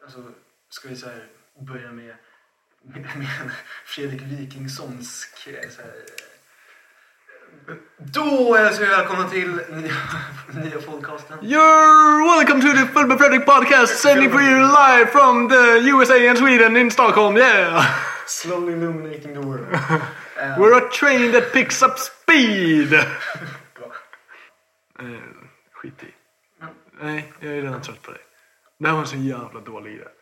Alltså, ska vi så här börja med Fredrik Wikingssons så här, då är jag så välkomna till nya podcasten. You're welcome to the Full med Fredrik podcast, sending for you live from the USA and Sweden in Stockholm, yeah! Slowly illuminating the world. We're a train that picks up speed! Skit i. Nej, jag är redan trött på dig. Det här var en så jävla dålig idé.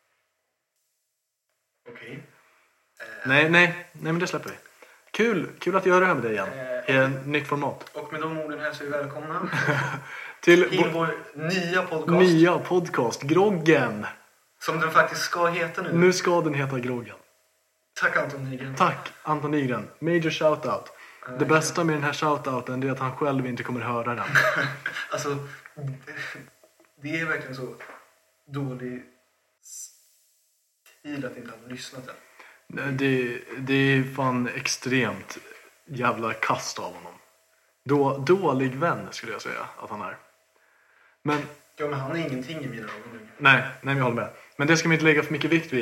Okej. Nej, men det släpper vi. Kul att göra det här med dig igen. I en nytt format. Och med de orden här så är vi välkomna till vår nya podcast, Groggen. Som den faktiskt ska heta nu. Nu ska den heta Groggen. Tack Anton Nygren. Tack Anton Nygren. Major shoutout. Det bästa med den här shoutouten är att han själv inte kommer höra den. Alltså, det är verkligen så dålig stil att inte ha lyssnat än. Det är fan extremt jävla kast av honom. Dålig vän skulle jag säga att han är. Men han är ingenting i mina ögon. Nej, men jag håller med. Men det ska vi inte lägga för mycket vikt vid.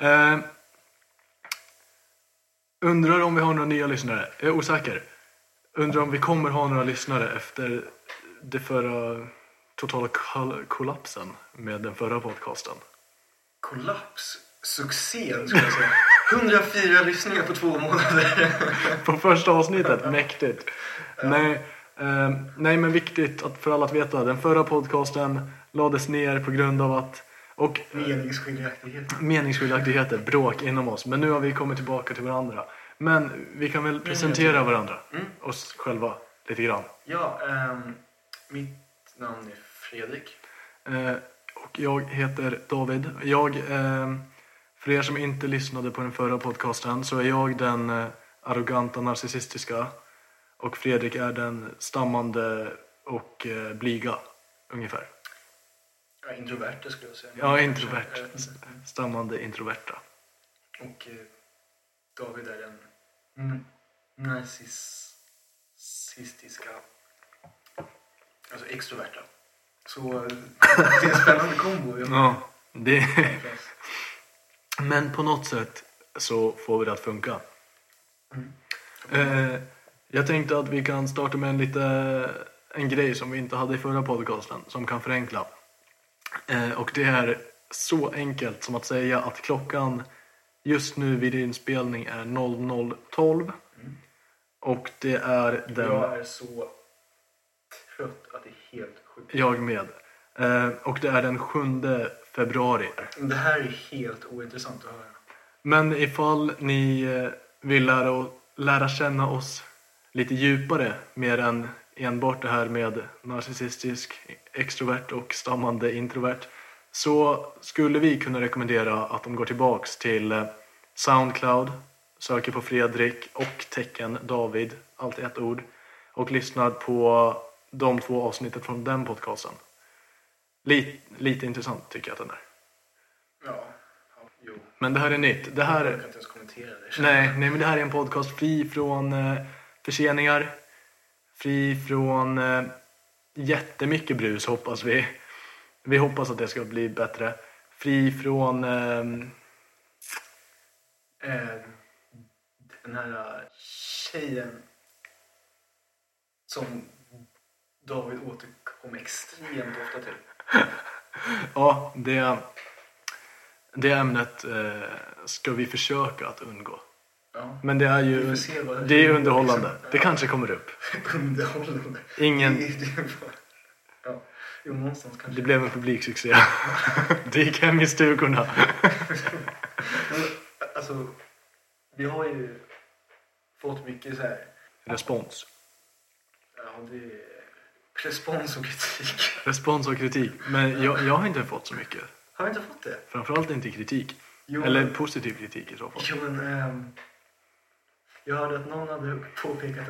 Undrar om vi har några nya lyssnare. Jag är osäker. Undrar om vi kommer ha några lyssnare efter det förra totala kollapsen med den förra podcasten. Kollaps? Succé skulle jag säga. 104 lyssningar på 2 månader. På första avsnittet, mäktigt. Ja. Nej, men viktigt att för alla att veta. Den förra podcasten lades ner på grund av att meningsskiljaktigheter, bråk inom oss. Men nu har vi kommit tillbaka till varandra. Men vi kan väl presentera varandra, oss själva lite grann. Ja, mitt namn är Fredrik. Och jag heter David. För er som inte lyssnade på den förra podcasten så är jag den arroganta, narcissistiska. Och Fredrik är den stammande och blyga, ungefär. Ja, introverta skulle jag säga. Ja, introvert. Stammande introverta. Och David är den narcissistiska, alltså extroverta. Så det är en spännande kombo. Ja, det men på något sätt så får vi det att funka. Jag tänkte att vi kan starta med en grej som vi inte hade i förra podcasten som kan förenkla. Och det är så enkelt som att säga att klockan just nu vid inspelning är 00:12. Och det är den... Jag är så trött att det är helt sjukt. Jag med. Och det är den 7 februari. Det här är helt ointressant att höra. Men ifall ni vill lära känna oss lite djupare, mer än enbart det här med narcissistisk, extrovert och stammande introvert, så skulle vi kunna rekommendera att de går tillbaks till Soundcloud, söker på Fredrik och tecken David, allt i ett ord, och lyssnar på de 2 avsnitten från den podcasten. Lite intressant tycker jag att den är. Ja, jo. Men det här är nytt. Det här... Jag kan inte ens kommentera det. Nej, men det här är en podcast fri från förseningar. Fri från jättemycket brus, hoppas vi. Vi hoppas att det ska bli bättre. Fri från... den här tjejen som David återkom extremt ofta till. Ja, det ämnet ska vi försöka att undgå. Ja. Men det är ju det är underhållande. Det kanske kommer upp. Underhållande. Ja, jo, någonstans kanske. Det blev en publiksuccé. Det gick hem i stugorna. Alltså, vi har ju fått mycket så här respons. Ja, det är respons och kritik. Respons och kritik. Men jag har inte fått så mycket. Har du inte fått det? Framförallt inte kritik. Jo, eller positiv kritik i så fall. Jo, men jag hörde att någon hade påpekat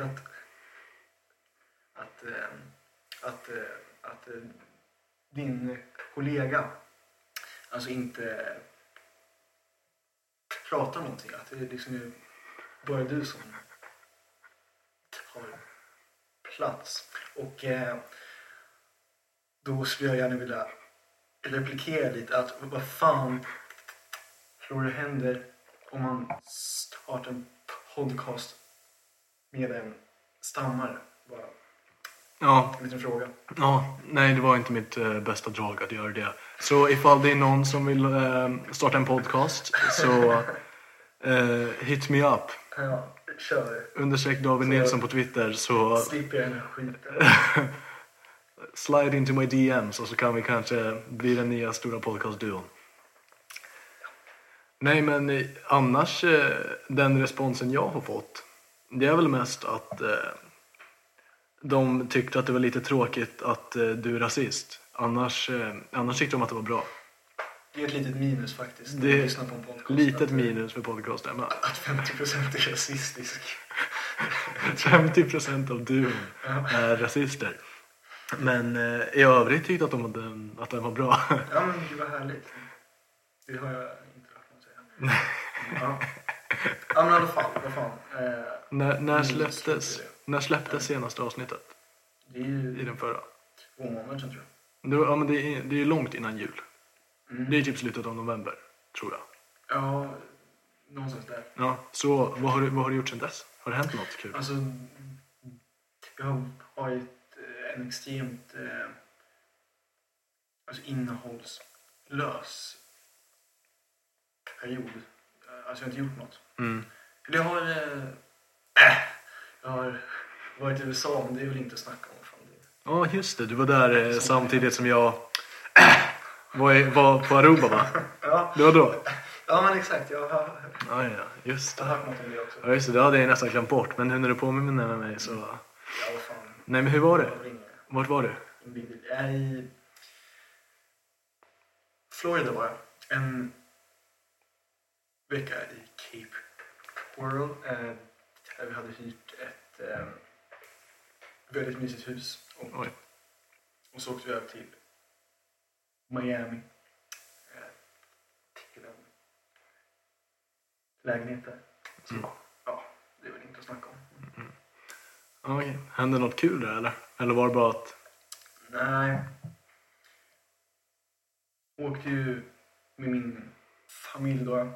att din kollega alltså inte pratar någonting. Att det liksom är bara du som tar plats. Och då skulle jag gärna vilja replikera lite att vad fan tror du händer om man startar en podcast med en stammare? Bara Ja. en liten fråga. Ja, nej, det var inte mitt bästa drag att göra det. Så ifall det är någon som vill starta en podcast så hit me up. Ja, kör. Undersök David Nilsson på Twitter så Slipper jag den här skiten. slide into my DMs och så kan vi kanske bli den nya stora podcastduon. Nej, men annars den responsen jag har fått, det är väl mest att de tyckte att det var lite tråkigt att du är rasist. Annars tyckte de att det var bra. Det är ett litet minus faktiskt. Det är lyssnar på en podcast. litet minus för podcasten. Att 50% är rasistisk. 50% av duon är rasister. Men i övrigt tyckte att att den var bra. Ja, men det var härligt. Det har jag inte hört någon säga. Ja. Ja, men i alla fall. Vad fan. När släpptes senaste avsnittet? Det är ju I den förra? 2 månader sedan, tror Ja, men det är ju långt innan jul. jag. Det är typ slutet av november, tror jag. Ja, någonstans där. Ja, så vad har du gjort sedan dess? Har det hänt något kul? Alltså, jag har varit en extremt innehållslös period. Alltså, jag har inte gjort något. Jag har varit i USA, men det är väl inte att snacka om. Fan. Ja, just det. Du var där samtidigt som jag var på Aruba, va? Ja. Det var då? Ja, men exakt. Jag har just det. hört något om det också. Ja, just det. Det hade jag nästan glömt bort. Men nu när du påminner mig så... Ja, vad fan. Nej, men hur var det? Vart var du? Jag är i Florida var jag. En vecka i Cape Coral. Där vi hade hyrt ett väldigt mysigt hus. Och så åkte vi över till Miami. Till en lägenhet där. Så, ja, det är väl inte att snacka om. Okej. Hände något kul där, eller? Eller var det bara att... Nej. Åkte ju med min familj då.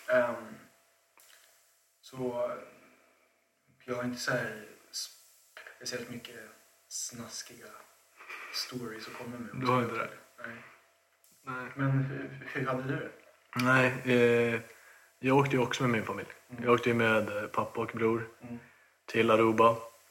Så jag har inte så här speciellt mycket snaskiga stories att komma med. Du har inte det? Nej. Men hur hade du det? Nej, jag åkte ju också med min familj. Jag åkte ju med pappa och bror till Aruba.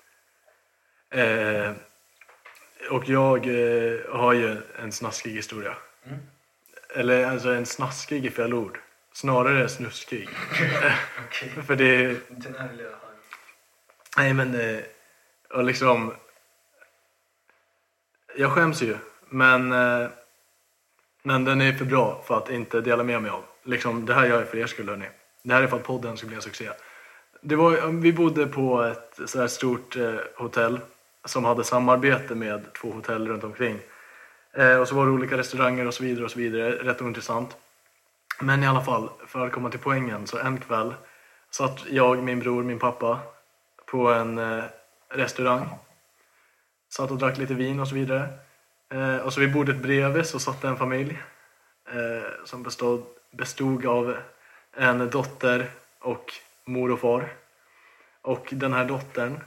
Och jag har ju en snaskig historia. Eller alltså en snaskig i fel ord. Snarare snuskig. Okej. För det... Den här lilla här. Nej, men... och liksom... Jag skäms ju. Men den är för bra för att inte dela med mig av. Liksom, det här gör jag för er skull, hörni. Det här är för att podden ska bli en succé. Vi bodde på ett så här stort hotell som hade samarbete med 2 hotell runt omkring. Och så var det olika restauranger och så vidare och så vidare. Rätt ointressant. Men i alla fall, för att komma till poängen, så en kväll satt jag, min bror, min pappa på en restaurang. Satt och drack lite vin och så vidare. Och så vid bordet bredvid så satt en familj som bestod av en dotter och mor och far. Och den här dottern,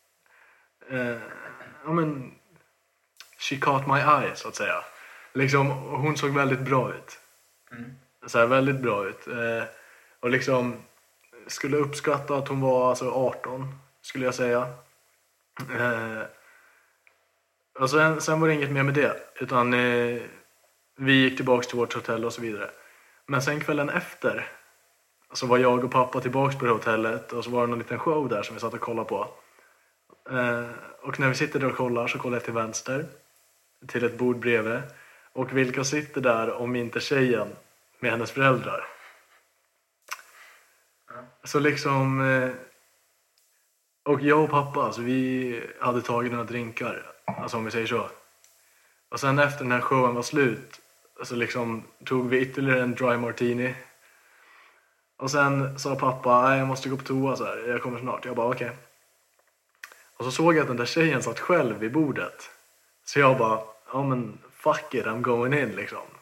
she caught my eye, så att säga. Liksom, hon såg väldigt bra ut. Så här, väldigt bra ut. Och liksom skulle uppskatta att hon var alltså 18, skulle jag säga. Och sen var det inget mer med det. Utan vi gick tillbaka till vårt hotell och så vidare. Men sen kvällen efter så var jag och pappa tillbaka på det hotellet. Och så var det någon liten show där som vi satt och kollade på. Och när vi sitter där och kollar så kollar jag till vänster. Till ett bord bredvid. Och vilka sitter där om inte tjejen med hennes föräldrar? Så liksom... och jag och pappa, alltså vi hade tagit några drinkar. Alltså om vi säger så. Och sen efter den här showen var slut så liksom tog vi ytterligare en dry martini. Och sen sa pappa, nej, jag måste gå på toa så här. Jag kommer snart. Jag bara okej. Och så såg jag att den där tjejen satt själv vid bordet. Så jag bara, ja men fuck it, I'm going in liksom.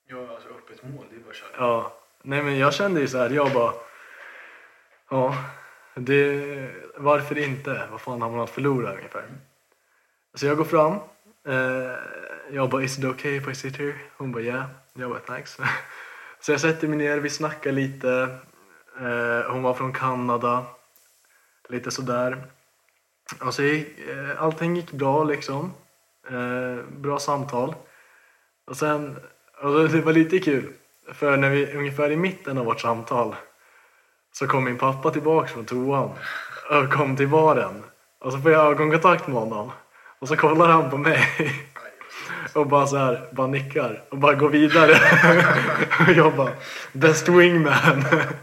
Ja, alltså öppet mål, det är bara kärlek. Ja, nej men jag kände ju så här, jag bara, ja, varför inte? Vad fan har man att förlora ungefär? Så jag går fram, jag bara, is it okay if I sit here? Hon bara, yeah. Jag bara, thanks. Så jag sätter mig ner, vi snackar lite. Hon var från Kanada, lite sådär. Och så allting gick bra liksom. Bra samtal. Och sen, och det var lite kul. För när vi ungefär i mitten av vårt samtal så kom min pappa tillbaka från toan och kom till baren. Och så får jag ögonkontakt med honom. Och så kollar han på mig och bara så här, bara nickar och bara går vidare. Och jag bara, best wingman.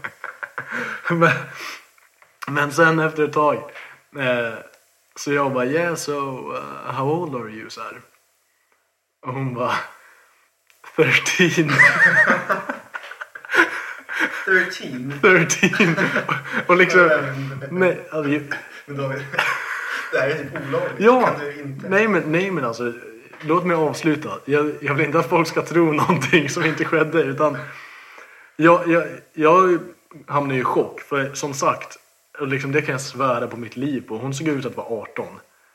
Men sen efter ett tag så jag bara, yeah, so how old are you? Så här. Och hon bara, 13. 13. Och liksom, nej, alltså, men David, det här är typ olagligt. ja, Kan du inte... nej men alltså, låt mig avsluta. Jag vill inte att folk ska tro någonting som inte skedde, utan jag hamnade i chock. För som sagt, liksom, det kan jag svära på mitt liv på. Hon såg ut att vara 18.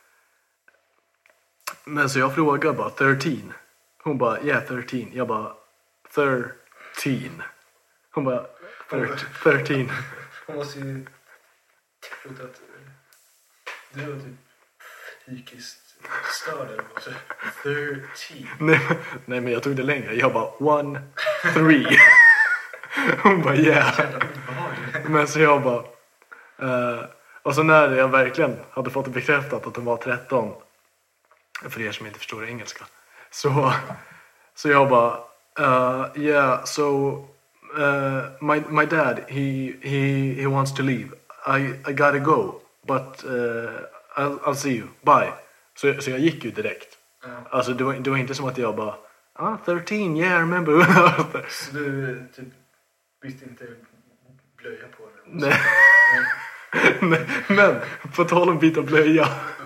Men så jag frågade bara, 13. Hon bara, yeah, 13. Jag bara, 13. Hon bara, 13. Hon måste ju trott att du var typ psykiskt störd eller något. 13. Nej, men jag tog det längre. Jag bara, 1, 3. Hon bara, yeah. Men så jag bara, och så när jag verkligen hade fått det bekräftat att hon var 13, för er som inte förstår engelska, så jag bara, yeah, so my dad he wants to leave. I gotta go, but I'll see you, bye. Så jag gick ju direkt. Alltså det var inte som att jag bara, 13, yeah, I remember. Så du typ visste inte blöja på den? Nej. Nej, men på tal om byta blöja.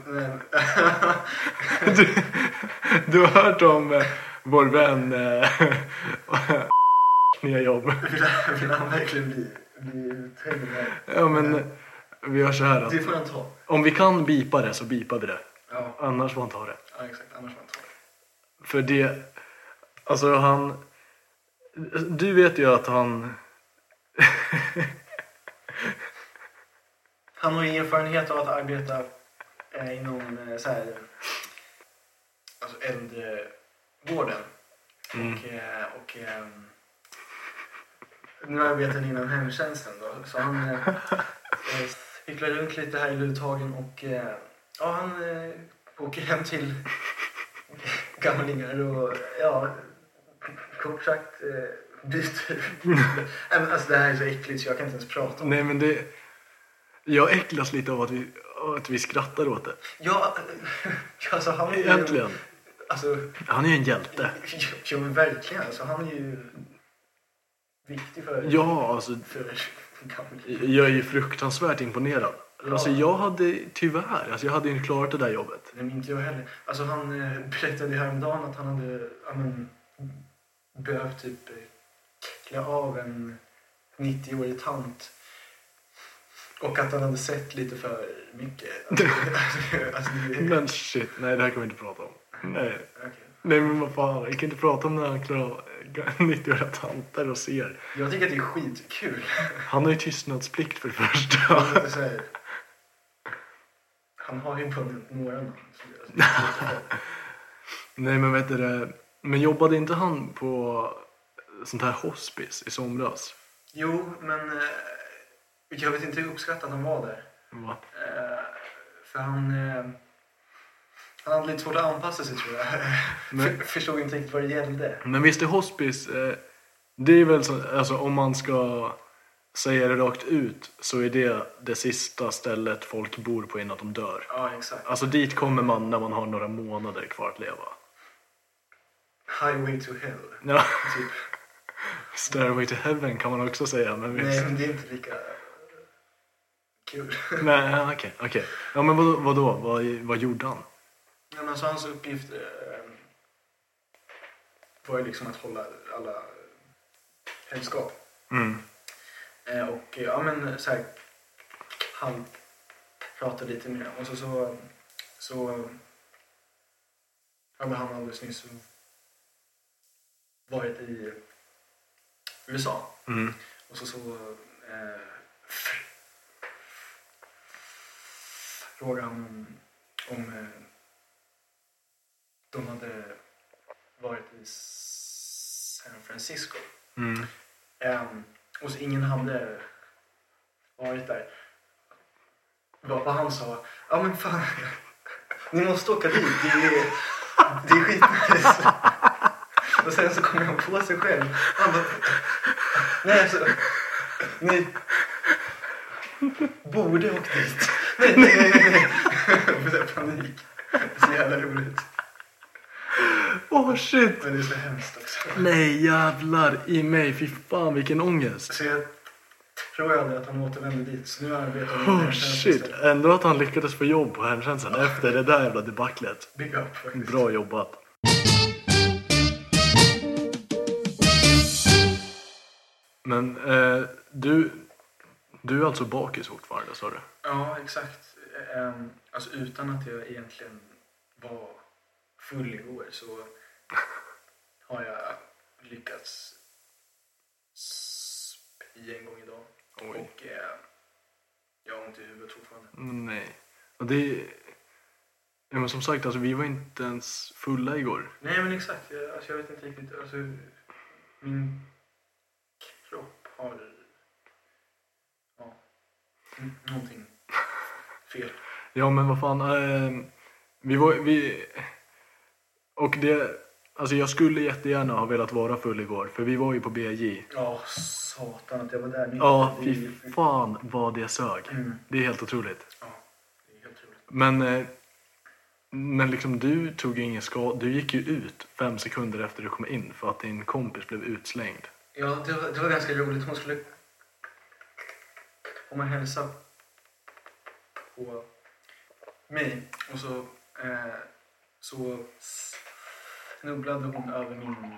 Du har hört om vår vän nya jobb. Vill han verkligen bli uthängd här? Ja, men vi gör så här att det får han ta. om vi kan bipa det så bipar vi det. Ja. Annars får han ta det. Ja, exakt. Annars får han ta det. För det, alltså du vet ju att han han har erfarenhet av att arbeta inom så här, alltså äldrevården. Och nu arbetar han inom hemtjänsten då. Så han cyklar runt lite här i Luthagen och han åker hem till gamlingar och kort sagt byter. Alltså det här är så äckligt så jag kan inte ens prata om. Nej, men jag äcklas lite av att vi skrattar åt det. Ja, alltså han är ju... Egentligen. Alltså, han är ju en hjälte. Ja, men verkligen. Alltså, han är ju viktig för... Ja, alltså... Jag är ju fruktansvärt imponerad. Ja. Alltså jag hade ju inte klarat det där jobbet. Nej, men inte jag heller. Alltså han berättade häromdagen att han hade behövt typ klä av en 90-årig tant. Och att han hade sett lite för mycket. Alltså, men shit, nej, det här kan vi inte prata om. Nej. Okay. Nej, men vad fan, jag kan inte prata om när han klarar av 90-åriga tanter och ser. Jag tycker att det är skitkul. Han har ju tystnadsplikt för det första. Han har ju på några namn. Nej, men vet du det, men jobbade inte han på sånt här hospice i somras? Jo, men jag vet inte hur uppskattat han var där. Va? För han hade lite svårt att anpassa sig, tror jag. Men, förstod inte riktigt vad det gällde. Men visst är hospice, det är väl så, alltså om man ska säga det rakt ut, så är det sista stället folk bor på innan de dör. Ja, exakt. Alltså dit kommer man när man har några månader kvar att leva. Highway to hell. Ja. Typ. Stairway to heaven kan man också säga. Men nej, men det är inte lika kul. Nej, okej. Ja, men vadå? Vad gjorde han? Ja, men så hans uppgift var ju liksom att hålla alla sällskap. Och ja, men så här, han pratade lite med och så hade han alldeles nyss varit i USA. Och så frågade han om de hade varit i San Francisco. Och så ingen hade varit där. Vad han sa, ja men fan, ni måste åka dit, det är skitnice. Och sen så kom han på sig själv. Han bara, nej alltså, ni borde åka dit. Nej. Jag får panik. Så jävla roligt. Shit. Men det är så hemskt också. Nej jävlar i mig, fy fan vilken ångest. Så jag tror aldrig att han återvände dit. Så nu har jag vetat shit, ändå att han lyckades få jobb på hemtjänsten efter det där jävla debaclet. Big up faktiskt. Bra jobbat. Men du är alltså bakis fortfarande, sa du? Ja, exakt. Alltså utan att jag egentligen var full igår så har jag lyckats spy en gång idag. Oj. Och jag har ont i huvudet fortfarande. Nej. Och det... Ja, men som sagt, alltså, vi var inte ens fulla igår. Nej, men exakt. Jag vet inte riktigt. Alltså, min kropp har... Ja, någonting fel. Ja, men vad fan... Och det... Alltså jag skulle jättegärna ha velat vara full igår. För vi var ju på BJ. Ja, satan att jag var där. Ja, fy fan vad det sög. Det är helt otroligt. Ja, det är helt otroligt. Men liksom du tog ju ingen skada. Du gick ju ut 5 sekunder efter du kom in. För att din kompis blev utslängd. Ja, det var ganska roligt. Hon skulle komma och hälsa på mig. Och så snubblade hon över min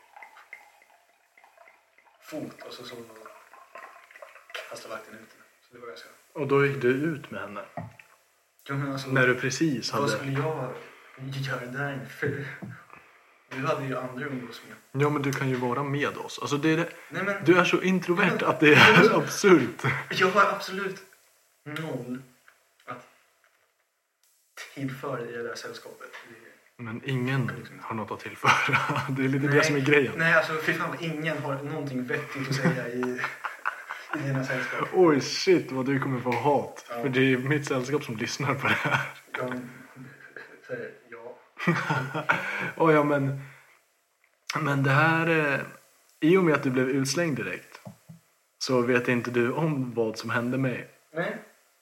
fot. Och så kastade vakten ut den. Så det var ganska... Och då gick du ut med henne? Ja, men alltså, när du precis hade... Vad skulle jag göra där? För du hade ju andra umgås med. Ja, men du kan ju vara med oss. Alltså det är det... Nej, men... Du är så introvert att det är absurt. Jag har absolut noll att tillföra i det där sällskapet. Men ingen har något att tillföra. Det är lite det som är grejen. Nej, alltså för fan, ingen har någonting vettigt att säga i dina sällskap. Oj, shit vad du kommer få hat. Ja. För det är mitt sällskap som lyssnar på det här. De säger ja. Ja, men det här... I och med att du blev utslängd direkt så vet inte du om vad som hände mig. Nej.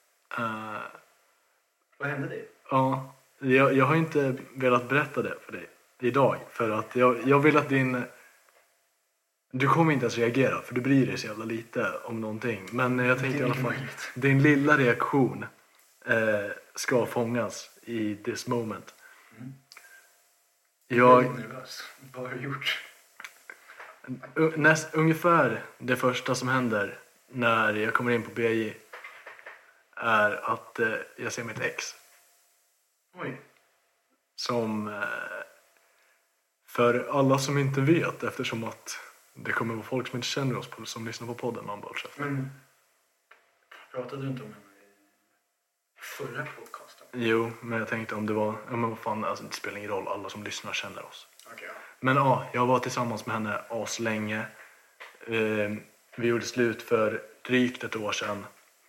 Vad hände dig? Ja, jag har inte velat berätta det för dig idag. För att jag vill att du kommer inte ens reagera, för du bryr dig så jävla lite om någonting. Men jag tänkte i alla fall, din lilla reaktion ska fångas i this moment. Jag är nervös. Vad har du gjort? Ungefär det första som händer när jag kommer in på BJ är att jag ser mitt ex. Oj. Som för alla som inte vet, eftersom att det kommer vara folk som inte känner oss som lyssnar på podden. Men pratade du inte om henne i förra podcasten? Jo, men jag tänkte om det var... Ja, men vad fan, alltså, det spelar ingen roll. Alla som lyssnar känner oss. Okay, ja. Men ja, jag var tillsammans med henne aslänge. Vi gjorde slut för drygt ett år sedan.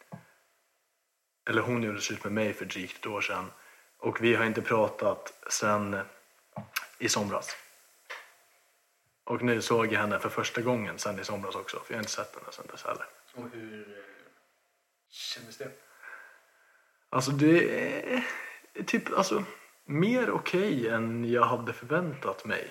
Eller hon gjorde slut med mig för drygt ett år sedan. Och vi har inte pratat sedan i somras. Och nu såg jag henne för första gången sedan i somras också. För jag har inte sett henne sedan dess heller. Och hur kändes det? Alltså det är typ alltså, mer okej än jag hade förväntat mig.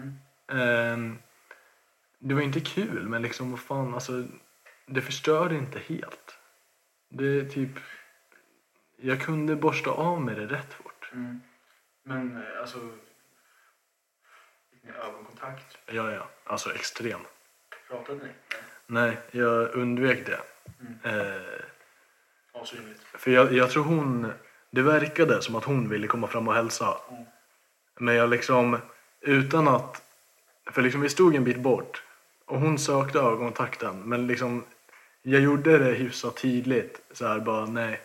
Det var inte kul, men liksom vad fan, alltså, det förstörde inte helt. Det är typ... Jag kunde borsta av med det rätt fort. Men alltså... Ögonkontakt kontakt? Ja. Alltså extrem. Pratade ni? Nej, jag undvek det. Asynligt. För jag tror det verkade som att hon ville komma fram och hälsa. Men jag liksom, utan att, för liksom vi stod en bit bort och hon sökte ögonkontakten, men liksom jag gjorde det hyfsat tydligt så här bara nej,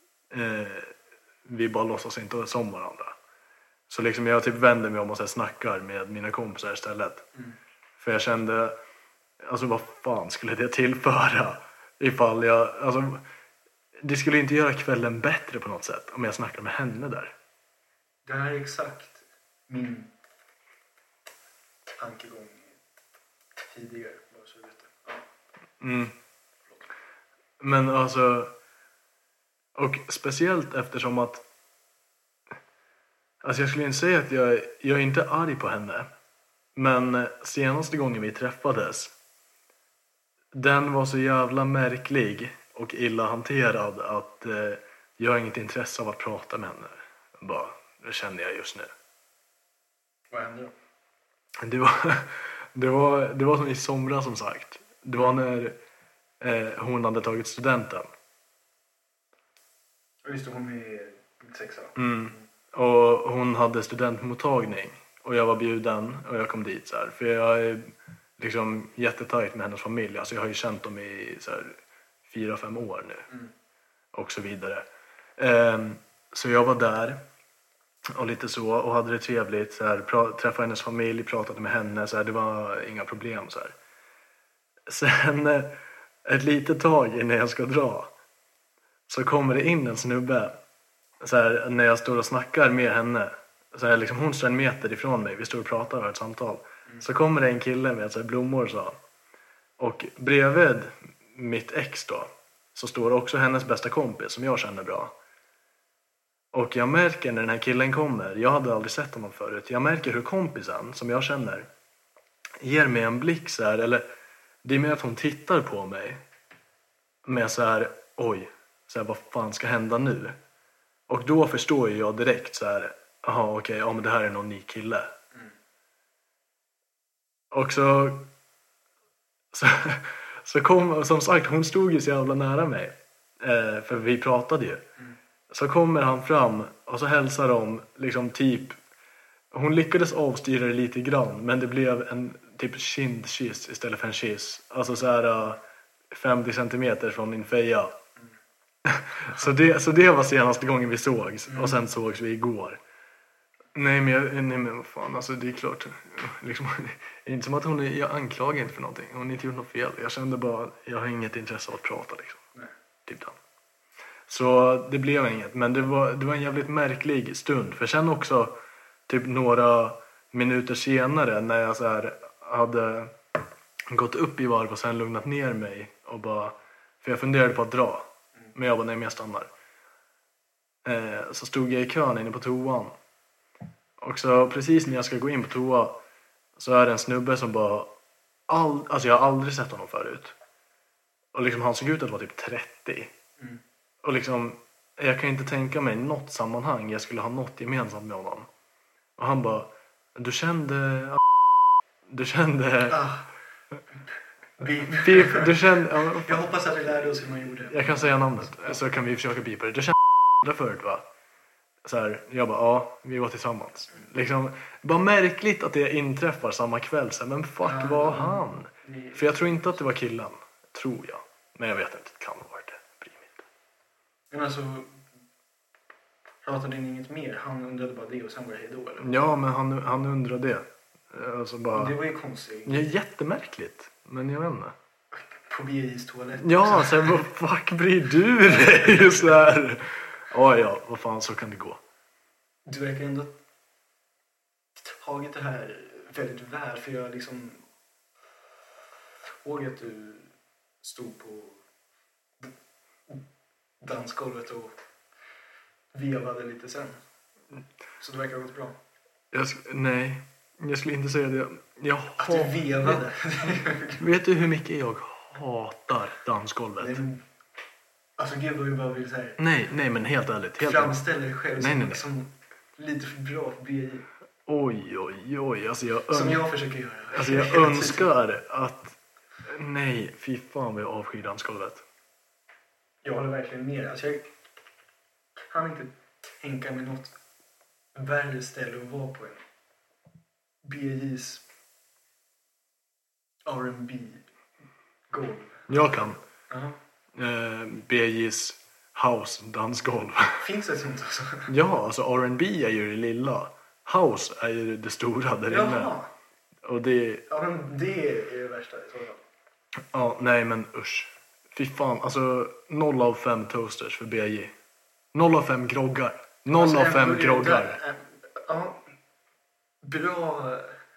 vi bara låtsas inte som varandra. Så liksom jag typ vänder mig om och så här snackar med mina kompisar istället. För jag kände, alltså vad fan skulle det tillföra ifall alltså det skulle inte göra kvällen bättre på något sätt om jag snackar med henne där. Det här är exakt min tankegång tidigare. Så vet du. Ja. Men alltså, och speciellt eftersom att, alltså jag skulle inte säga att jag är inte arg på henne, men senaste gången vi träffades, den var så jävla märklig och illa hanterad att jag har inget intresse av att prata med henne. Bara, det känner jag just nu. Vad hände då? Det var som i somras som sagt. Det var när hon hade tagit studenten. Just det, hon är 6. Och hon hade studentmottagning. Och jag var bjuden och jag kom dit så här. För jag är liksom jättetajt med hennes familj. Alltså jag har ju känt dem i så här 4-5 år nu. Och så vidare. Så jag var där. Och lite så. Och hade det trevligt. Så här, träffade hennes familj. Pratade med henne. Så här, det var inga problem så här. Sen ett litet tag innan jag ska dra. Så kommer det in en snubbe. Så här, när jag står och snackar med henne. Så här, liksom, hon står 1 meter ifrån mig. Vi står och pratar och har ett samtal. Så kommer det en kille med så här, blommor så. Och bredvid mitt ex då. Så står också hennes bästa kompis som jag känner bra. Och jag märker när den här killen kommer. Jag hade aldrig sett honom förut. Jag märker hur kompisen som jag känner ger mig en blick så här. Eller det är mer att hon tittar på mig. Med så här, oj. Så här, vad fan ska hända nu? Och då förstår jag direkt så här. Jaha, okej, ja men det här är någon ny kille. Och så kom, som sagt, hon stod ju så jävla nära mig. För vi pratade ju. Så kommer han fram och så hälsar de liksom typ. Hon lyckades avstyra det lite grann, men det blev en typ kindkyss istället för en kyss. Alltså så här 50 centimeter från min feja. Så det var senaste gången vi sågs. Och sen sågs vi igår. Nej men vad fan, alltså det är klart liksom, det är inte som att jag anklagar inte för någonting. Hon har inte gjort något fel. Jag kände bara, jag har inget intresse av att prata liksom. Nej. Typ den. Så det blev inget. Men det var en jävligt märklig stund. För sen också typ några minuter senare när jag så här hade gått upp i varv och sen lugnat ner mig och bara, för jag funderade på att dra. Men jag bara, nej men jag stannar. Så stod jag i kön inne på toan. Och så precis när jag ska gå in på toa så är det en snubbe som bara, alltså jag har aldrig sett honom förut. Och liksom han såg ut att vara typ 30. Och liksom, jag kan inte tänka mig något sammanhang jag skulle ha något gemensamt med honom. Och han bara, du kände du kände jag hoppas att vi lärde oss hur man gjorde. Jag kan säga namnet, så kan vi försöka bipa det. Du kände förut va? Så här, jag bara, ja, vi var tillsammans. Liksom, bara märkligt att det inträffar samma kväll. Så här, men fuck, var han? För jag tror inte att det var killen. Tror jag. Men jag vet inte, det kan ha varit det. Bryr mig inte. Men alltså, pratade ni inget mer? Han undrade bara det och sen var det hejdå, eller? Ja, men han undrade det. Alltså bara, det var ju konstigt. Ja, jättemärkligt. Men jag vet inte. På BIs toalett. Ja, så här, vad fuck bryr du dig? Just där. Ja, vad fan, så kan det gå. Du verkar ändå tagit det här väldigt väl. För jag liksom såg att du stod på dansgolvet och vevade lite sen. Så det verkar ha gått bra. Nej, jag skulle inte säga det. Att du vevade? Vet du hur mycket jag hatar dansgolvet? Nej, alltså gud vad vi bara vill säga. Nej, men helt ärligt. Framställer dig själv som lite för bra för BI. Oj. Alltså Som jag försöker göra. Alltså jag önskar att... Nej, fy fan vad jag avskyr dansgolvet. Jag håller verkligen med. Alltså jag kan inte tänka mig något värre ställe att vara på än BJ's R&B-golv. Jag kan. Ja. BJ's house dansgolv. Finns det sånt alltså? Ja, alltså R&B är ju det lilla. House är ju det stora där inne. Jaha. Och det... Ja, men det är det värsta i så fall. Ja, nej men usch. Fy fan, alltså 0 av 5 toasters för BJ. 0 av 5 groggar. 0 av 5 groggar. Ja, bra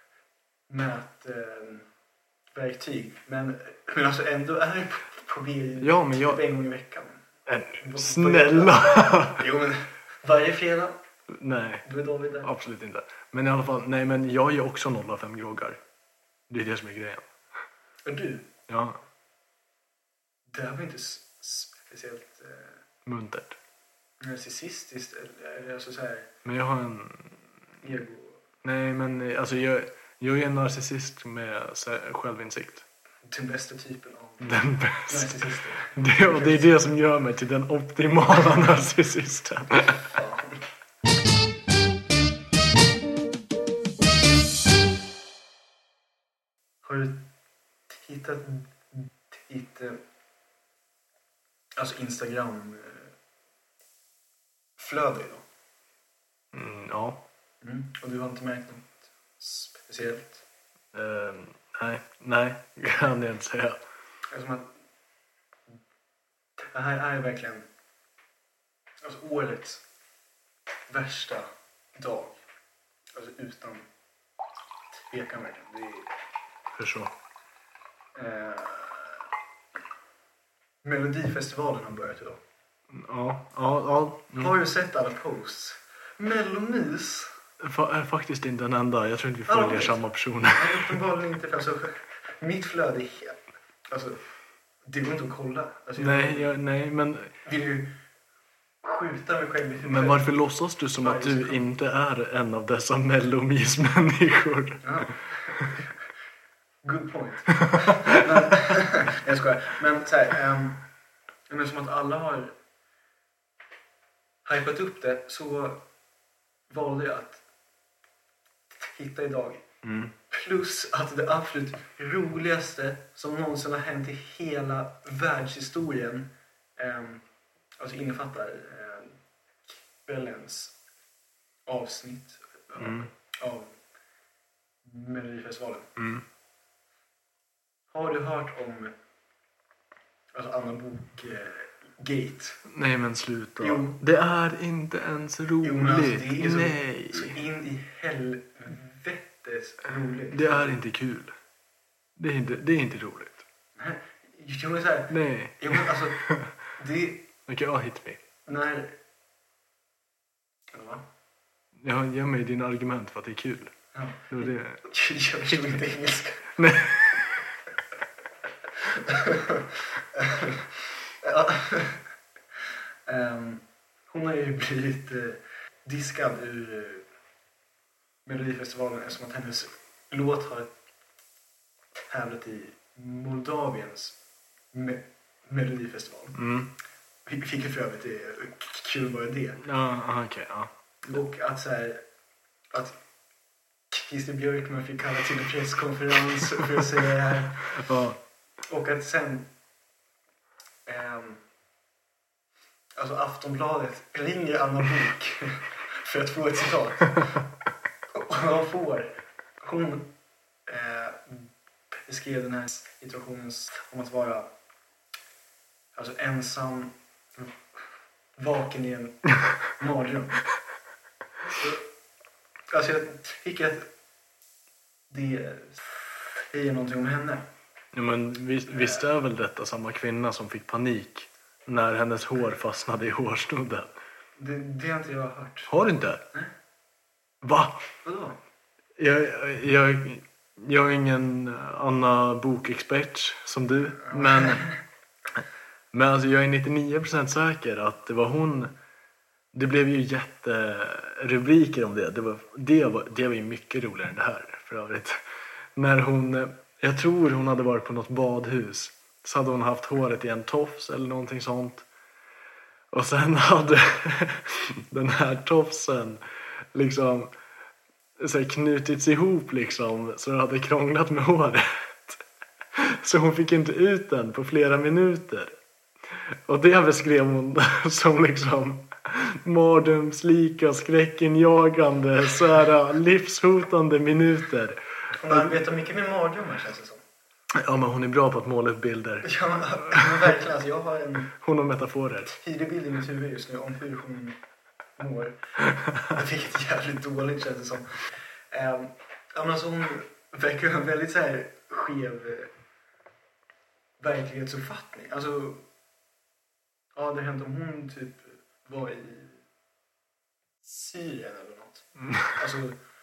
mätverktyg. Men alltså ändå är det på BJ Ja, men jag... en gång i veckan. Snälla! Jo, men varje fredag. Nej, Då är David där. absolut inte. Men i alla fall, nej men jag är också 0 av 5 groggar. Det är det som är grejen. Är du? Ja, Det här var inte speciellt muntert. narcissistiskt eller alltså så här Men jag har en... ego. Nej men alltså jag är en narcissist med så här, självinsikt. Den bästa typen av Den bästa. narcissister. Det är det som gör mig till den optimala narcissisten. Fan. Har du hittat ditt alltså Instagram flöde idag? Ja. Och du har inte märkt något speciellt? Nej, kan jag inte säga. Alltså att det här är verkligen alltså årets värsta dag. Alltså utan tvekan verkligen. Det är Hur så? Melodifestivalen har börjat idag. Ja. Har du sett alla posts? Mellomys? Faktiskt inte en enda. Jag tror inte vi följer samma personer. Nej, uppenbarligen inte. För alltså, mitt flöde är helt... Alltså, det går inte att kolla. Alltså, Nej, men... Vill du skjuta mig själv i huvudet? Men varför låtsas du som att du inte är en av dessa mellomys-människor? Ja. Good point. Men, jag skojar. Men så här, men som att alla har hypat upp det, så valde jag att hitta idag. Plus att det absolut roligaste som någonsin har hänt i hela världshistorien alltså innefattar kvällens avsnitt av Melodifestivalen. Har du hört om alltså Anna Bok Gate? Nej men sluta. Jo. Det är inte ens roligt. Jo, men alltså, det är så, Nej. så in i helvetes roligt. Det är inte kul. Det är inte roligt. Nej, jo, men så här, Nej. jo, men alltså det Okej, hit me. när ja. Jag ger mig dina argument för att det är kul. Ja. Det var det. Jag vill inte engelska. Nej. Hon har ju blivit diskad ur Melodifestivalen eftersom att hennes låt har tävlat i Moldaviens Melodifestival. Vilket för övrigt är kul bara det. Ja, okej, ja. Och att så här, att Christer Björkman fick kalla till en presskonferens för att säga det här. Ja. Och att sen alltså Aftonbladet ringer Anna Bok för att få ett citat. Och hon beskrev den här situationen om att vara alltså ensam, vaken i en mardröm. Alltså jag tycker att det säger någonting om henne. Ja, men visst är väl detta samma kvinna som fick panik när hennes hår fastnade i hårsnodden? Det har inte jag hört. Har du inte? Nej. Va? Vadå? Jag är ingen Anna Bok-expert som du. Men alltså jag är 99% säker att det var hon Det blev ju jätterubriker om det. Det var ju mycket roligare än det här för övrigt. När jag tror hon hade varit på något badhus. Så hade hon haft håret i en tofs eller någonting sånt. Och sen hade den här tofsen liksom så här, knutits ihop liksom. Så den hade krånglat med håret. Så hon fick inte ut den på flera minuter. Och det beskrev hon som liksom mardrömslika, skräckinjagande, så här livshotande minuter. Hon arbetar mycket med mardrömmar, känns det som. Ja, men hon är bra på att måla upp bilder. Ja, men verkligen. Alltså, jag har en Hon har metaforer. tydlig bild i mitt huvud just nu om hur hon mår. Vilket jävligt dåligt, känns det som. Ja, men alltså, hon verkar ha en väldigt så här skev verklighetsuppfattning. Alltså, ja, det hände om hon typ var i Syrien eller något. Alltså,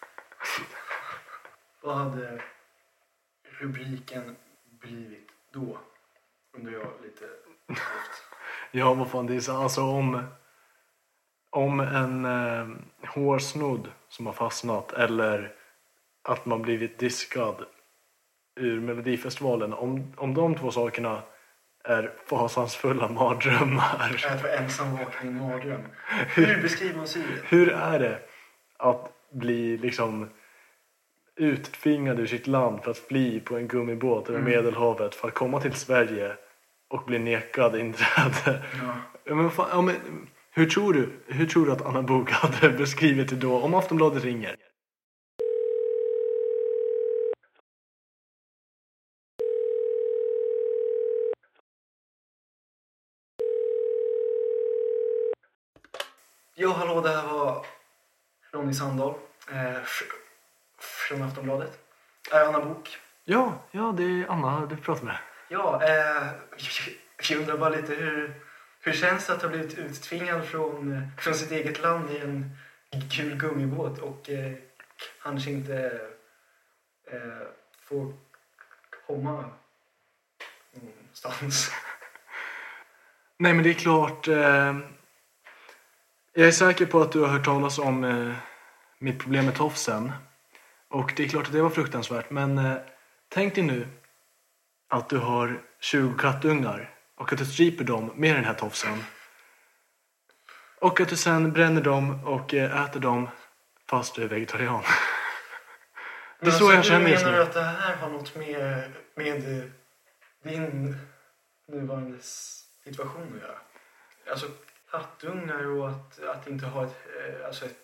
vad hade rubriken blivit då? Undrar jag lite halvt. Ja, vad fan det är så. Alltså om en hårsnodd som har fastnat eller att man blivit diskad ur Melodifestivalen. Om de två sakerna är fasansfulla mardrömmar. Att vara ensam vaken i en mardröm. Hur beskriver man Syrien? Hur är det att bli liksom uttvingad ur sitt land för att fly på en gummibåt över Medelhavet för att komma till Sverige och bli nekad inträde? Ja. Men hur tror du att Anna Bok hade beskrivit det då om Aftonbladet ringer? Ja, hallå, det här var Ronny Sandahl från Aftonbladet. Anna Bok. Ja, det är Anna du pratar med. Ja, jag undrar bara lite hur känns det att ha blivit uttvingad från sitt eget land i en kul gummibåt och kanske inte få komma någonstans? Nej, men det är klart. Jag är säker på att du har hört talas om mitt problem med tofsen. Och det är klart att det var fruktansvärt. Men tänk dig nu att du har 20 kattungar och att du stryper dem med den här tofsen. Och att du sen bränner dem och äter dem fast du är vegetarian. Det är så jag känner just nu. Menar nu. du att det här har något med din nuvarande situation att göra? Alltså kattungar och att inte ha ett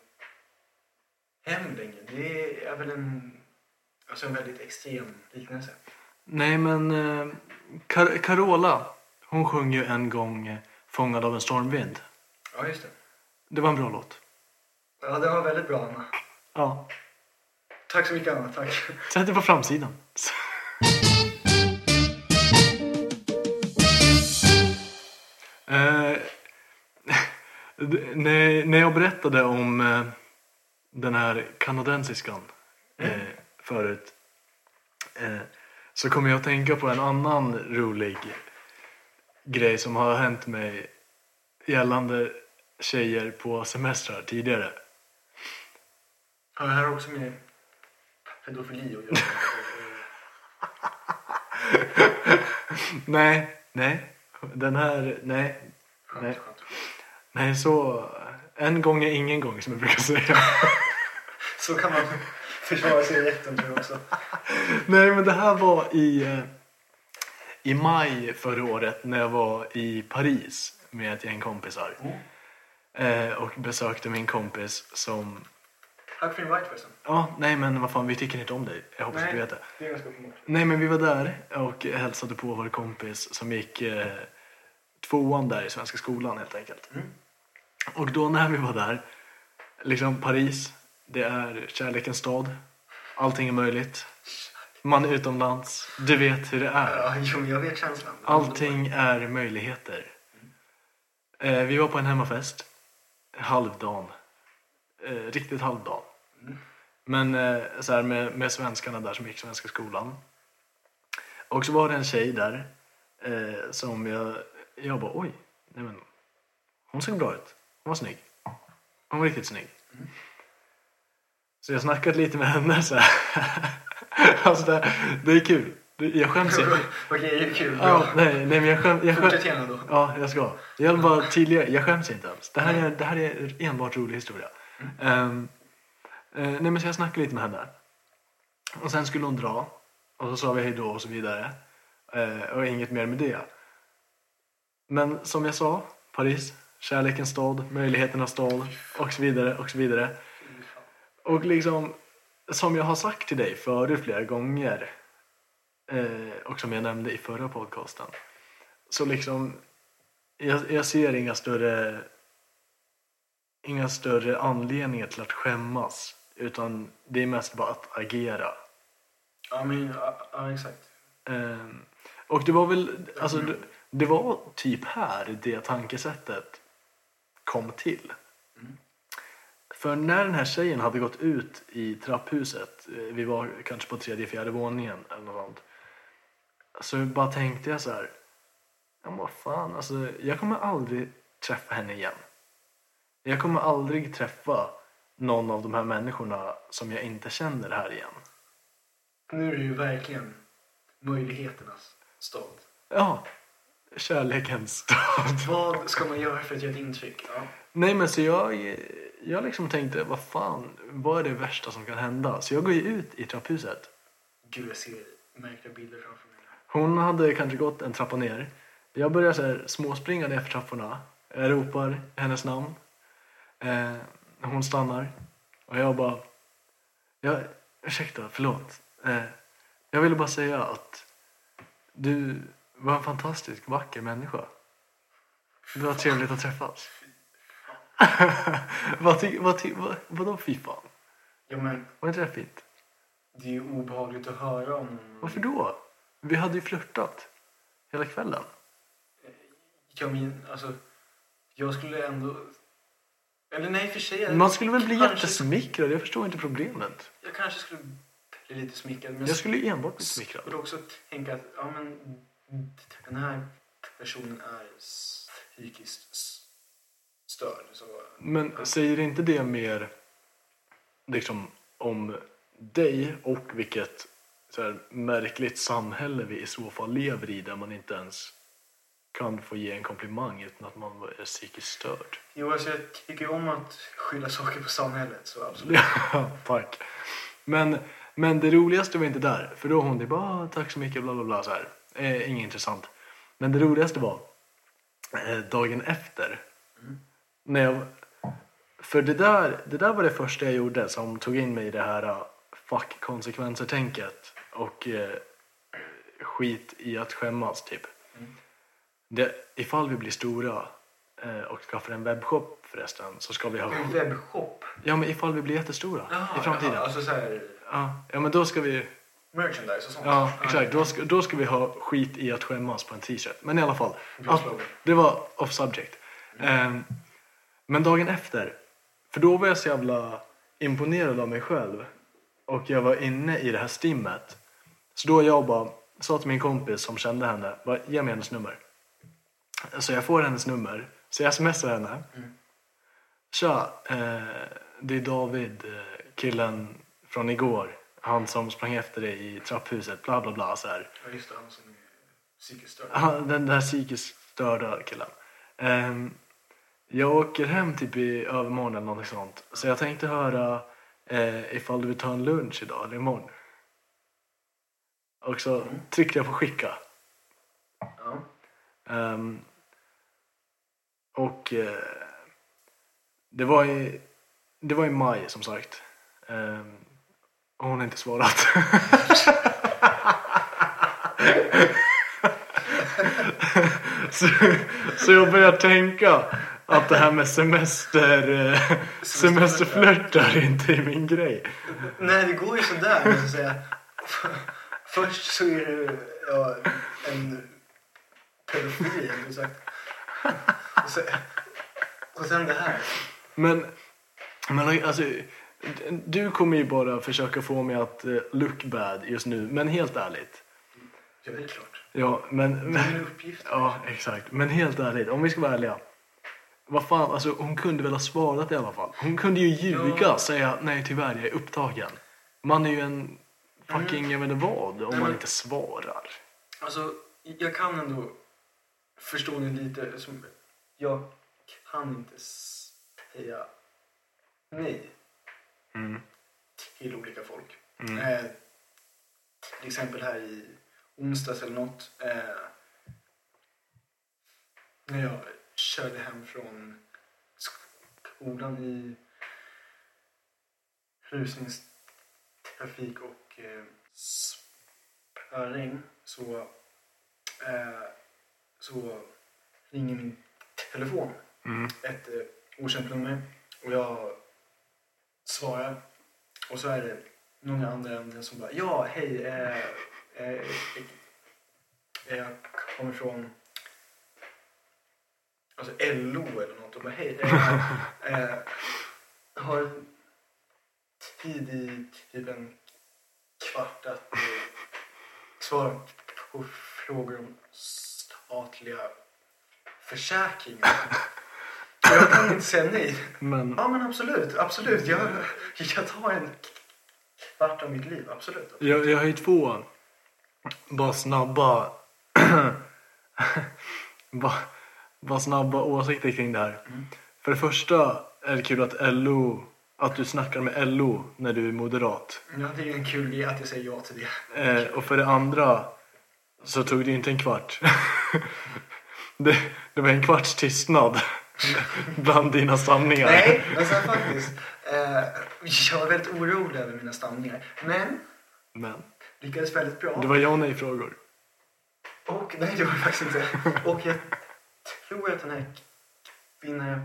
hem längre. Det är väl en väldigt extrem liknelse. Nej, men Carola, hon sjöng ju en gång Fångad av en stormvind. Ja, just det. Det var en bra låt. Ja, det var väldigt bra, Anna. Ja. Tack så mycket, Anna. Tack. Sätt det på framsidan. När jag berättade om den här kanadensiskan förut så kommer jag att tänka på en annan rolig grej som har hänt mig gällande tjejer på semestrar tidigare. Ja, det här har också med pedofili att göra. Nej. Den här, nej. Skönt. Nej, så en gång är ingen gång som jag brukar säga. Så kan man försvara sig rätten, tror jag också. Nej, men det här var i maj förra året när jag var i Paris med ett gäng kompisar. Och besökte min kompis som... Tack för invite förresten. Ja, nej men vad fan, vi tycker inte om dig. Jag hoppas att du vet det. Det är ganska uppenbart. Nej, men vi var där och hälsade på vår kompis som gick tvåan där i Svenska skolan helt enkelt. Och då när vi var där, liksom Paris, det är kärlekens stad. Allting är möjligt. Man är utomlands. Du vet hur det är. Ja, jo, jag vet känslan. Allting är möjligheter. Vi var på en hemmafest. Halvdan. Riktigt halvdan. Men så här med svenskarna där som gick Svenska skolan. Och så var det en tjej där som jag bara, oj, nej men, hon såg bra ut. var snygg. Hon var riktigt snygg. Så jag snackat lite med henne så här. Alltså det är kul. Jag skäms inte. Okej, det är kul. Ja, nej, men jag skäms. Fortsätt gärna då. Ja, jag ska. Jag vill bara tydligare. Jag skäms inte alls. Det här är enbart rolig historia. Nej, men så jag snackade lite med henne. Och sen skulle hon dra. Och så sa vi hej då och så vidare. Och inget mer med det. Men som jag sa, Paris, kärlekens stad, möjligheternas stad och så vidare och så vidare. Och liksom, som jag har sagt till dig förut flera gånger och som jag nämnde i förra podcasten, så liksom jag ser inga större anledningar till att skämmas, utan det är mest bara att agera. Ja, men ja, exakt. Och det var väl, alltså det var typ här det tankesättet kom till. För när den här tjejen hade gått ut i trapphuset, vi var kanske på 3:e, 4:e våningen eller något sånt, så bara tänkte jag så här, ja vad fan, alltså jag kommer aldrig träffa henne igen. Jag kommer aldrig träffa någon av de här människorna som jag inte känner här igen. Nu är det ju verkligen möjligheternas stad. Ja, kärlekens stad. Vad ska man göra för att göra ett intryck? Ja. Nej, men så jag liksom tänkte, vad är det värsta som kan hända? Så jag går ju ut i trapphuset. Gud, jag ser märkliga bilder framför mig. Hon hade kanske gått en trappa ner. Jag börjar så här småspringa ner för trapporna. Jag ropar hennes namn. Hon stannar. Och jag bara, ursäkta, förlåt. Jag ville bara säga att du var en fantastisk, vacker människa. Det var trevligt att träffas. Vadå fy fan? Ja, men Var inte det fint? det är ju obehagligt att höra om... Varför då? Vi hade ju flörtat hela kvällen. Ja, men alltså, jag skulle ändå... Eller nej, för sig... Man skulle väl bli kanske- jättesmickrad, jag förstår inte problemet. Jag kanske skulle bli lite smickrad. Men Jag skulle ju enbart bli smickrad. skulle också tänka att ja, men den här personen är psykiskt störd. Så... Men säger inte det mer liksom om dig och vilket så här märkligt samhälle vi i så fall lever i, där man inte ens kan få ge en komplimang utan att man är psykiskt störd? Jo, alltså jag tycker ju om att skylla saker på samhället, så absolut. Ja, tack. Men det roligaste var inte där. För då hon det bara, tack så mycket, bla bla bla så här. Inget intressant. Men det roligaste var dagen efter. När jag, för det där var det första jag gjorde som tog in mig i det här fuck konsekvenser-tänket. Och skit i att skämmas typ. Ifall vi blir stora och skaffar en webbshop förresten, så ska vi ha... En webbshop? Ja, men ifall vi blir jättestora i framtiden. Ja, alltså så här... Ja, men då ska vi... Merchandise och sånt. Ja, exakt. Då ska vi ha skit i att skämmas på en t-shirt. Men i alla fall, Bra slogan. det var off subject. Men dagen efter, för då var jag så jävla imponerad av mig själv. Och jag var inne i det här stimmet. Så då jag bara sa till min kompis som kände henne, bara, ge mig hennes nummer. Så jag får hennes nummer. Så jag smsar henne. Tja, det är David, killen från igår. Han som sprang efter dig i trapphuset, bla bla bla så här. Ja, just det, han som är psykiskt störd. Den där psykiskt störda killen. Jag åker hem typ i övermorgon eller något sånt. Så jag tänkte höra ifall du vill ta en lunch idag eller imorgon. Och så tryckte jag på skicka. Ja. Och det var i maj som sagt. Och hon har inte svarat. så jag börjar tänka att det här med semesterflörtar inte är min grej. Nej, det går ju sådär, måste jag säga. Först så är det en pedofil, du sagt. Och sen det här. Men alltså, du kommer ju bara försöka få mig att look bad just nu. Men helt ärligt. Ja, det är klart. Ja, men Det är en uppgift. ja, exakt. Men helt ärligt, om vi ska vara ärliga. vad fan, alltså hon kunde väl ha svarat i alla fall. Hon kunde ju ljuga, säga nej tyvärr jag är upptagen. Man är ju en fucking, jag vet inte vad, om man inte svarar. Alltså, jag kan ändå förstå det lite som, jag kan inte säga nej till olika folk. Till exempel här i onsdags eller något, när jag körde hem från skolan i rusningstrafik och spöregn, så ringer min telefon ett okänt nummer och jag svarar och så är det några andra änden som bara ja hej, jag kommer från alltså LO eller något och bara hej, har tid i typ en kvart att svara på frågor om statliga försäkringar. Jag kan inte säga nej. Ja men absolut. Jag tar en kvart av mitt liv, absolut. Jag har ju 2 bara snabba bara snabba åsikter kring det här. För det första är det kul att du snackar med LO när du är moderat. Ja, det är en kul grej att jag säger ja till det. Och för det andra så tog det inte en kvart. Det var en kvarts tystnad bland dina stamningar. Nej, alltså faktiskt. Jag var väldigt orolig över mina stamningar. Men lyckades väldigt bra. Det var ja och nej frågor. Och nej, det var det faktiskt inte. Och jag tror att den här kvinnan jag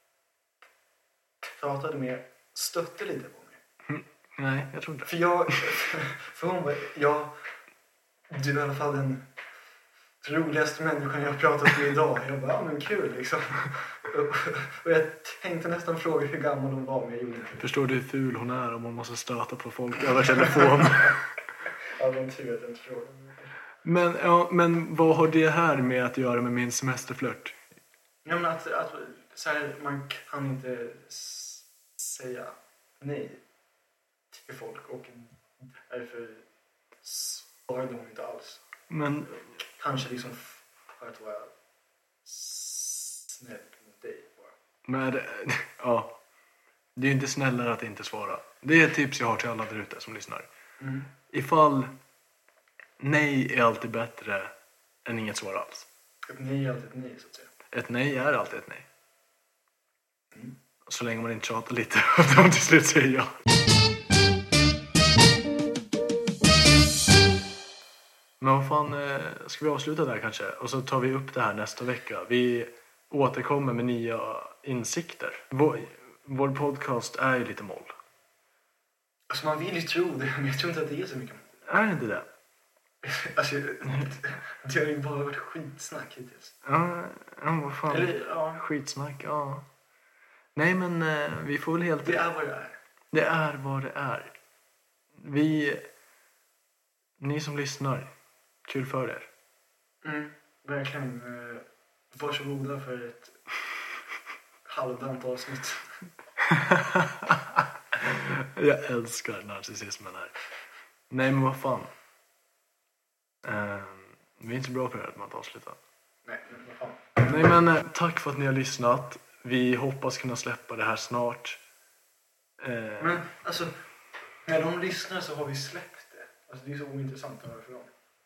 pratade med stötte lite på mig. Nej, jag tror inte. För hon var, du är i alla fall den roligaste människan jag har pratat med idag. Jag bara, ja men kul liksom. Och jag tänkte nästan fråga hur gammal hon var, men jag gjorde inte det. Förstår du hur ful hon är om hon måste stöta på folk över telefon? Ja, men tur att jag inte frågade. Men vad har det här med att göra med min semesterflört? Ja, men att så här, man kan inte säga nej till folk och därför svarade hon inte alls. Men kanske liksom för att vara snäll mot dig bara. Men ja, det är inte snällare att inte svara. Det är ett tips jag har till alla där ute som lyssnar. Ifall nej är alltid bättre än inget svar alls. Ett nej är alltid ett nej, så att säga. Ett nej är alltid ett nej. Så länge man inte tjatar lite att de till slut säger ja. Men vad fan, ska vi avsluta där kanske? Och så tar vi upp det här nästa vecka. Vi återkommer med nya insikter. Vår podcast är ju lite moll. Alltså man vill ju tro det, men jag tror inte att det är så mycket moll. Är det inte det? Alltså, det har ju bara varit skitsnack hittills. Ja, vad fan. Eller, ja. Skitsnack, ja. Nej, men vi får väl helt... Det är vad det är. Det är vad det är. Ni som lyssnar, kul för er. Verkligen. Varsågoda för ett halvdant avsnitt. Jag älskar narcissismen här. Nej, men vad fan. Vi är inte så bra på det här att man avslutar. Nej, men vad fan. Nej, men tack för att ni har lyssnat. Vi hoppas kunna släppa det här snart. Men alltså, när de lyssnar så har vi släppt det. Alltså det är så ointressant att höra för dem.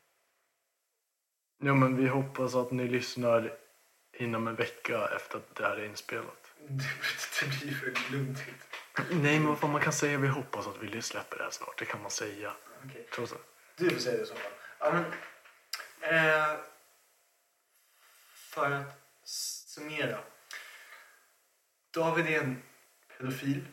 Ja, men vi hoppas att ni lyssnar inom en vecka efter att det här är inspelat. Det blir för luntigt. Nej, men vad fan, man kan säga vi hoppas att vi släpper det här snart. Det kan man säga. Okej. Trots det. Du får säga det så fall. Ja, men för att summera. David är en pedofil.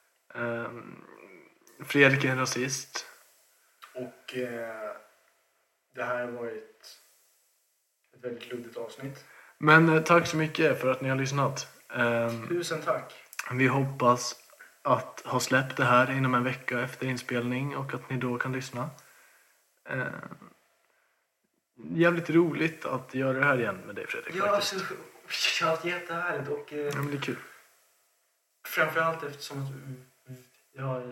Fredrik är en rasist. Och det här har varit ett väldigt luddigt avsnitt. Men tack så mycket för att ni har lyssnat. Tusen tack. Vi hoppas att ha släppt det här inom en vecka efter inspelning och att ni då kan lyssna. jävligt roligt att göra det här igen med dig, Fredrik. Ja, faktiskt. alltså, jag har haft jättehärligt och Ja, men det är kul. framförallt eftersom att jag har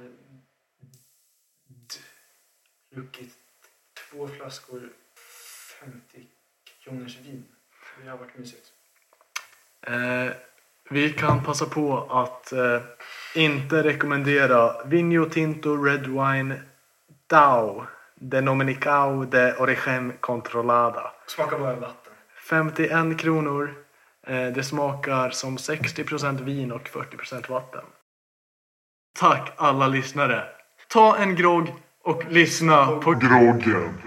druckit 2 flaskor 50 kronors vin. Det har varit mysigt. Vi kan passa på att inte rekommendera Vinho Tinto Red Wine DAO Denominado de Origen Controlada. Smakar bara vatten. 51 kronor. Det smakar som 60% vin och 40% vatten. Tack alla lyssnare. Ta en grogg och lyssna på Groggen.